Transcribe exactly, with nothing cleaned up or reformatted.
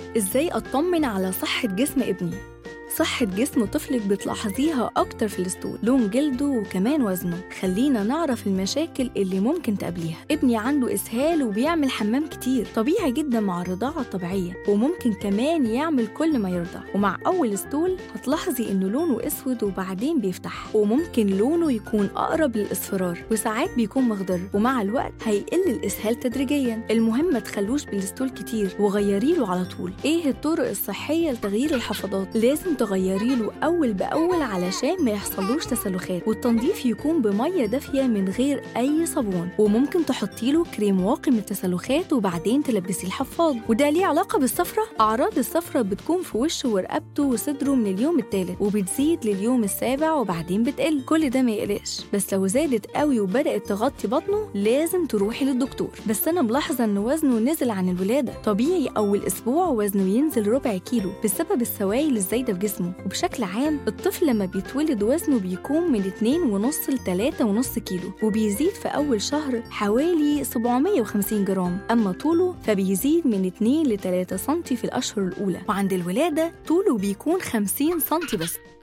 إزاي أطمن على صحة جسم ابني؟ صحة جسم طفلك بتلاحظيها أكتر في الستول، لون جلده وكمان وزنه. خلينا نعرف المشاكل اللي ممكن تقابليها. ابني عنده إسهال وبيعمل حمام كتير، طبيعي جدا مع الرضاعة الطبيعية، وممكن كمان يعمل كل ما يرضع. ومع أول ستول هتلاحظي إنه لونه أسود وبعدين بيفتح، وممكن لونه يكون أقرب للإصفرار، وساعات بيكون مخضر، ومع الوقت هيقل الإسهال تدريجيا. المهم ما تخلوش بالستول كتير وغيريله على طول. إيه الطرق الصحية لتغيير الحفاضات؟ لازم تغيري له أول بأول علشان ما يحصلوش تسلخات، والتنظيف يكون بمية دافية من غير أي صابون، وممكن تحطي له كريم واقي من التسلخات وبعدين تلبسي الحفاض. وده ليه علاقة بالصفرة؟ أعراض الصفرة بتكون في وشه ورقبته وصدره من اليوم الثالث، وبتزيد لليوم السابع وبعدين بتقل. كل ده ما يقلقش، بس لو زادت قوي وبدأت تغطي بطنه لازم تروحي للدكتور. بس أنا ملاحظة إن وزنه نزل عن الولادة. طبيعي أول أسبوع وزنه ينزل ربع كيلو بسبب السوائل الزايدة في جسمه. وبشكل عام الطفل لما بيتولد وزنه بيكون من اتنين ونص لتلاتة ونص كيلو، وبيزيد في أول شهر حوالي سبعمية وخمسين جرام. أما طوله فبيزيد من اتنين لتلاتة سنتي في الأشهر الأولى، وعند الولادة طوله بيكون خمسين سنتي بس.